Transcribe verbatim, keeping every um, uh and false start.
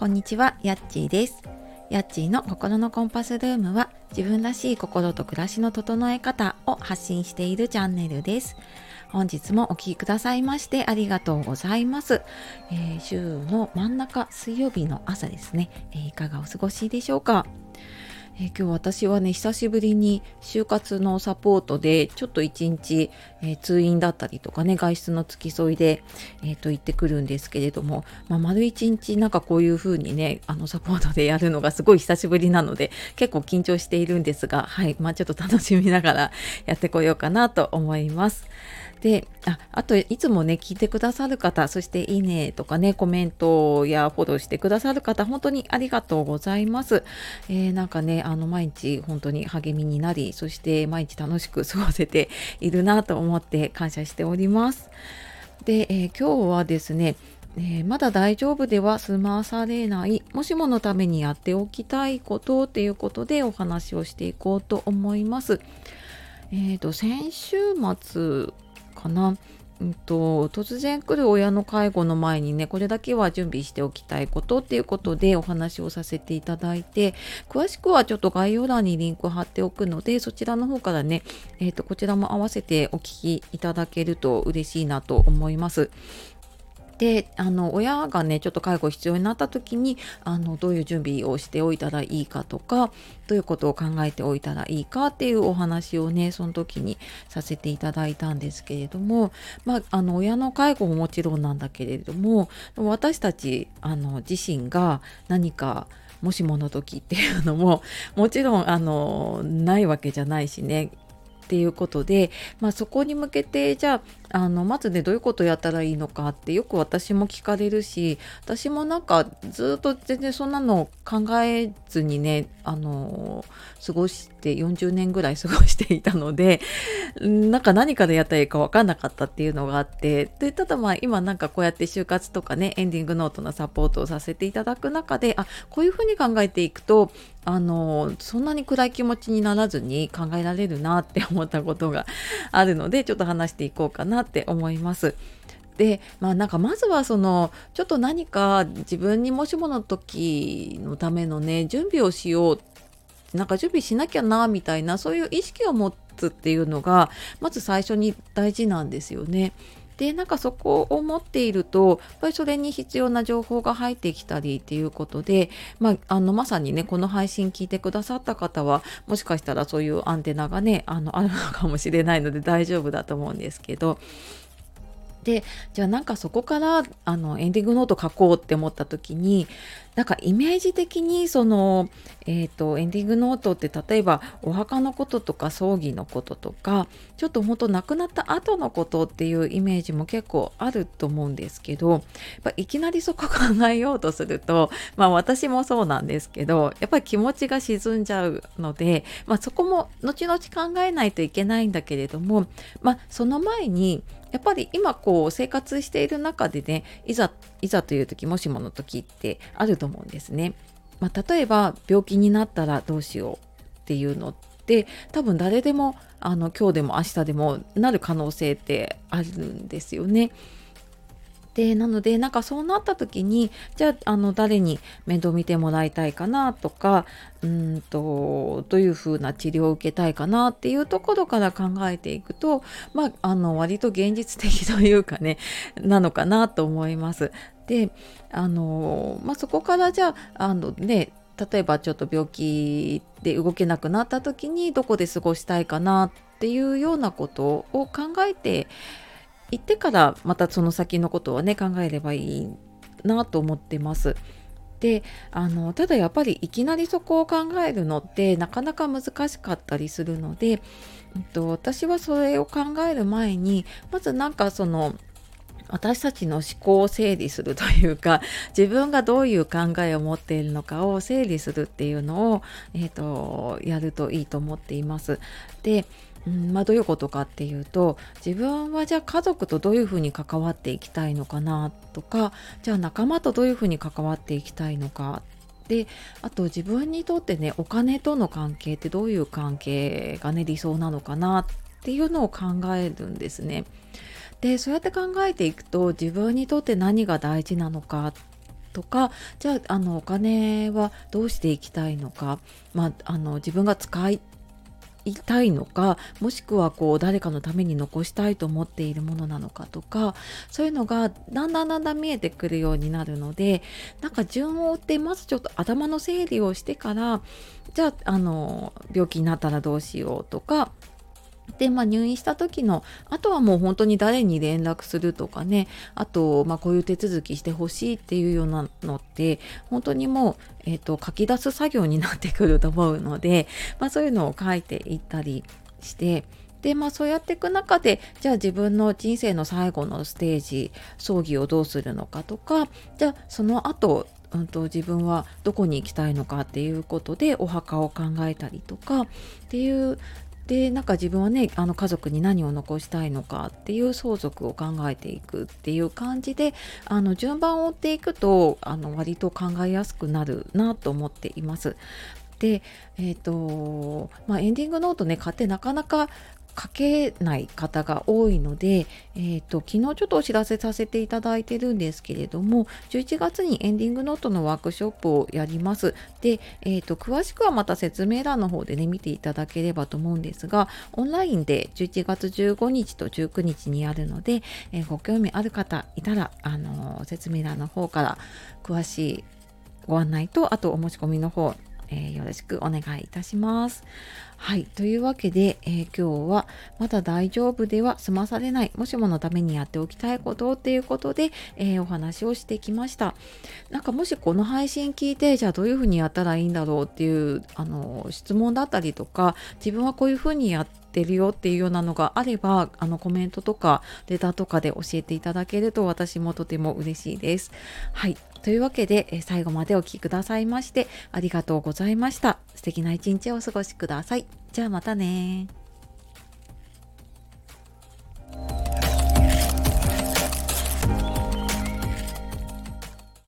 こんにちは、やっちーです。やっちーの心のコンパスルームは、自分らしい心と暮らしの整え方を発信しているチャンネルです。本日もお聞きくださいましてありがとうございます。えー、週の真ん中水曜日の朝ですね、えーいかがお過ごしでしょうか。えー今日私はね、久しぶりに就活のサポートでちょっと一日、えー通院だったりとかね、外出の付き添いで、えーと行ってくるんですけれども、まあ、丸一日なんかこういう風にね、あのサポートでやるのがすごい久しぶりなので結構緊張しているんですが、はい、まあちょっと楽しみながらやってこようかなと思います。で、あ、あといつもね聞いてくださる方、そしていいねとかねコメントやフォローしてくださる方、本当にありがとうございます。えーなんかね、あの毎日本当に励みになり、そして毎日楽しく過ごせているなと思って感謝しております。で、えー今日はですね、えーまだ大丈夫では済まされない、もしものためにやっておきたいことっていうことでお話をしていこうと思います。えーと、先週末かな。うんと、突然来る親の介護の前にね、これだけは準備しておきたいことっていうことでお話をさせていただいて、詳しくはちょっと概要欄にリンクを貼っておくので、そちらの方からね、えーと、こちらも合わせてお聞きいただけると嬉しいなと思います。で、あの親がねちょっと介護必要になった時に、あのどういう準備をしておいたらいいかとか、どういうことを考えておいたらいいかっていうお話をねその時にさせていただいたんですけれども、まあ、あの親の介護ももちろんなんだけれども、私たちあの自身が何かもしもの時っていうのももちろんあのないわけじゃないしねっていうことで、まあ、そこに向けてじゃあ、あのまずねどういうことをやったらいいのかってよく私も聞かれるし、私もなんかずっと全然そんなの考えずにね、あの過ごしてよんじゅうねんぐらい過ごしていたので、んなんか何からやったらいいか分かんなかったっていうのがあって、でただまあ今なんかこうやって就活とかねエンディングノートのサポートをさせていただく中で、あ、こういうふうに考えていくとあのそんなに暗い気持ちにならずに考えられるなって思ったことがあるので、ちょっと話していこうかなって思います。で、まあなんかまずはそのちょっと何か自分にもしもの時のためのね準備をしよう、なんか準備しなきゃなみたいな、そういう意識を持つっていうのがまず最初に大事なんですよね。で、なんかそこを持っていると、やっぱりそれに必要な情報が入ってきたりっていうことで、まあ、あのまさにねこの配信聞いてくださった方はもしかしたらそういうアンテナがねあのあるのかもしれないので大丈夫だと思うんですけど、で、じゃあなんかそこからあのエンディングノート書こうって思った時に、なんかイメージ的にその、えーと、エンディングノートって例えばお墓のこととか葬儀のこととか、ちょっと本当亡くなった後のことっていうイメージも結構あると思うんですけど、やっぱいきなりそこ考えようとすると、まあ私もそうなんですけど、やっぱり気持ちが沈んじゃうので、まあそこも後々考えないといけないんだけれども、まあその前にやっぱり今こう生活している中でね、いざいざという時、もしもの時ってあると思うんですね。まあ、例えば病気になったらどうしようっていうのって多分誰でもあの今日でも明日でもなる可能性ってあるんですよね。で、なので、なんかそうなった時に、じゃあ、あの、誰に面倒見てもらいたいかなとか、うーんと、どういう風な治療を受けたいかなっていうところから考えていくと、まあ、あの、割と現実的というかね、なのかなと思います。で、あの、まあ、そこからじゃあ、あのね、例えばちょっと病気で動けなくなった時にどこで過ごしたいかなっていうようなことを考えて行ってからまたその先のことはね考えればいいなと思ってます。で、あのただやっぱりいきなりそこを考えるのってなかなか難しかったりするので、うんと、私はそれを考える前にまずなんかその私たちの思考を整理するというか、自分がどういう考えを持っているのかを整理するっていうのを、えーと、やるといいと思っています。で、うんまあ、どういうことかっていうと、自分はじゃあ家族とどういうふうに関わっていきたいのかなとか、じゃあ仲間とどういうふうに関わっていきたいのか。で、あと自分にとってね、お金との関係ってどういう関係がね、理想なのかなっていうのを考えるんですね。で、そうやって考えていくと、自分にとって何が大事なのかっとか、じゃあ、あのお金はどうしていきたいのか、まあ、あの自分が使いたいのか、もしくはこう誰かのために残したいと思っているものなのかとか、そういうのがだんだんだんだん見えてくるようになるので、なんか順を追ってまずちょっと頭の整理をしてから、じゃあ、あの病気になったらどうしようとか、で、まあ、入院した時のあとはもう本当に誰に連絡するとかね、あと、まあ、こういう手続きしてほしいっていうようなのって本当にもう、えーと、書き出す作業になってくると思うので、まあ、そういうのを書いていったりして、で、まあ、そうやっていく中で、じゃあ自分の人生の最後のステージ、葬儀をどうするのかとか、じゃあその後うんと自分はどこに行きたいのかっていうことでお墓を考えたりとかっていう、でなんか自分はね、あの家族に何を残したいのかっていう相続を考えていくっていう感じで、あの順番を追っていくと、あの割と考えやすくなるなと思っています。で、えっ、と、まあ、エンディングノートね、買ってなかなか書けない方が多いので、えっ、と、昨日ちょっとお知らせさせていただいてるんですけれども、じゅういちがつにエンディングノートのワークショップをやります。で、えっ、と、詳しくはまた説明欄の方でね、見ていただければと思うんですが、オンラインでじゅういちがつじゅうごにちとじゅうくにちにあるので、えーご興味ある方いたら、あのー説明欄の方から詳しいご案内と、あとお申し込みの方、えーよろしくお願いいたします。はい。というわけで、えー今日はまだ大丈夫では済まされない、もしものためにやっておきたいことっていうことで、えーお話をしてきました。なんかもしこの配信聞いて、じゃあどういうふうにやったらいいんだろうっていう、あの、質問だったりとか、自分はこういうふうにやってるよっていうようなのがあれば、あのコメントとかレターとかで教えていただけると私もとても嬉しいです。はい。というわけで、えー最後までお聞きくださいましてありがとうございました。素敵な一日をお過ごしください。じゃあまたね。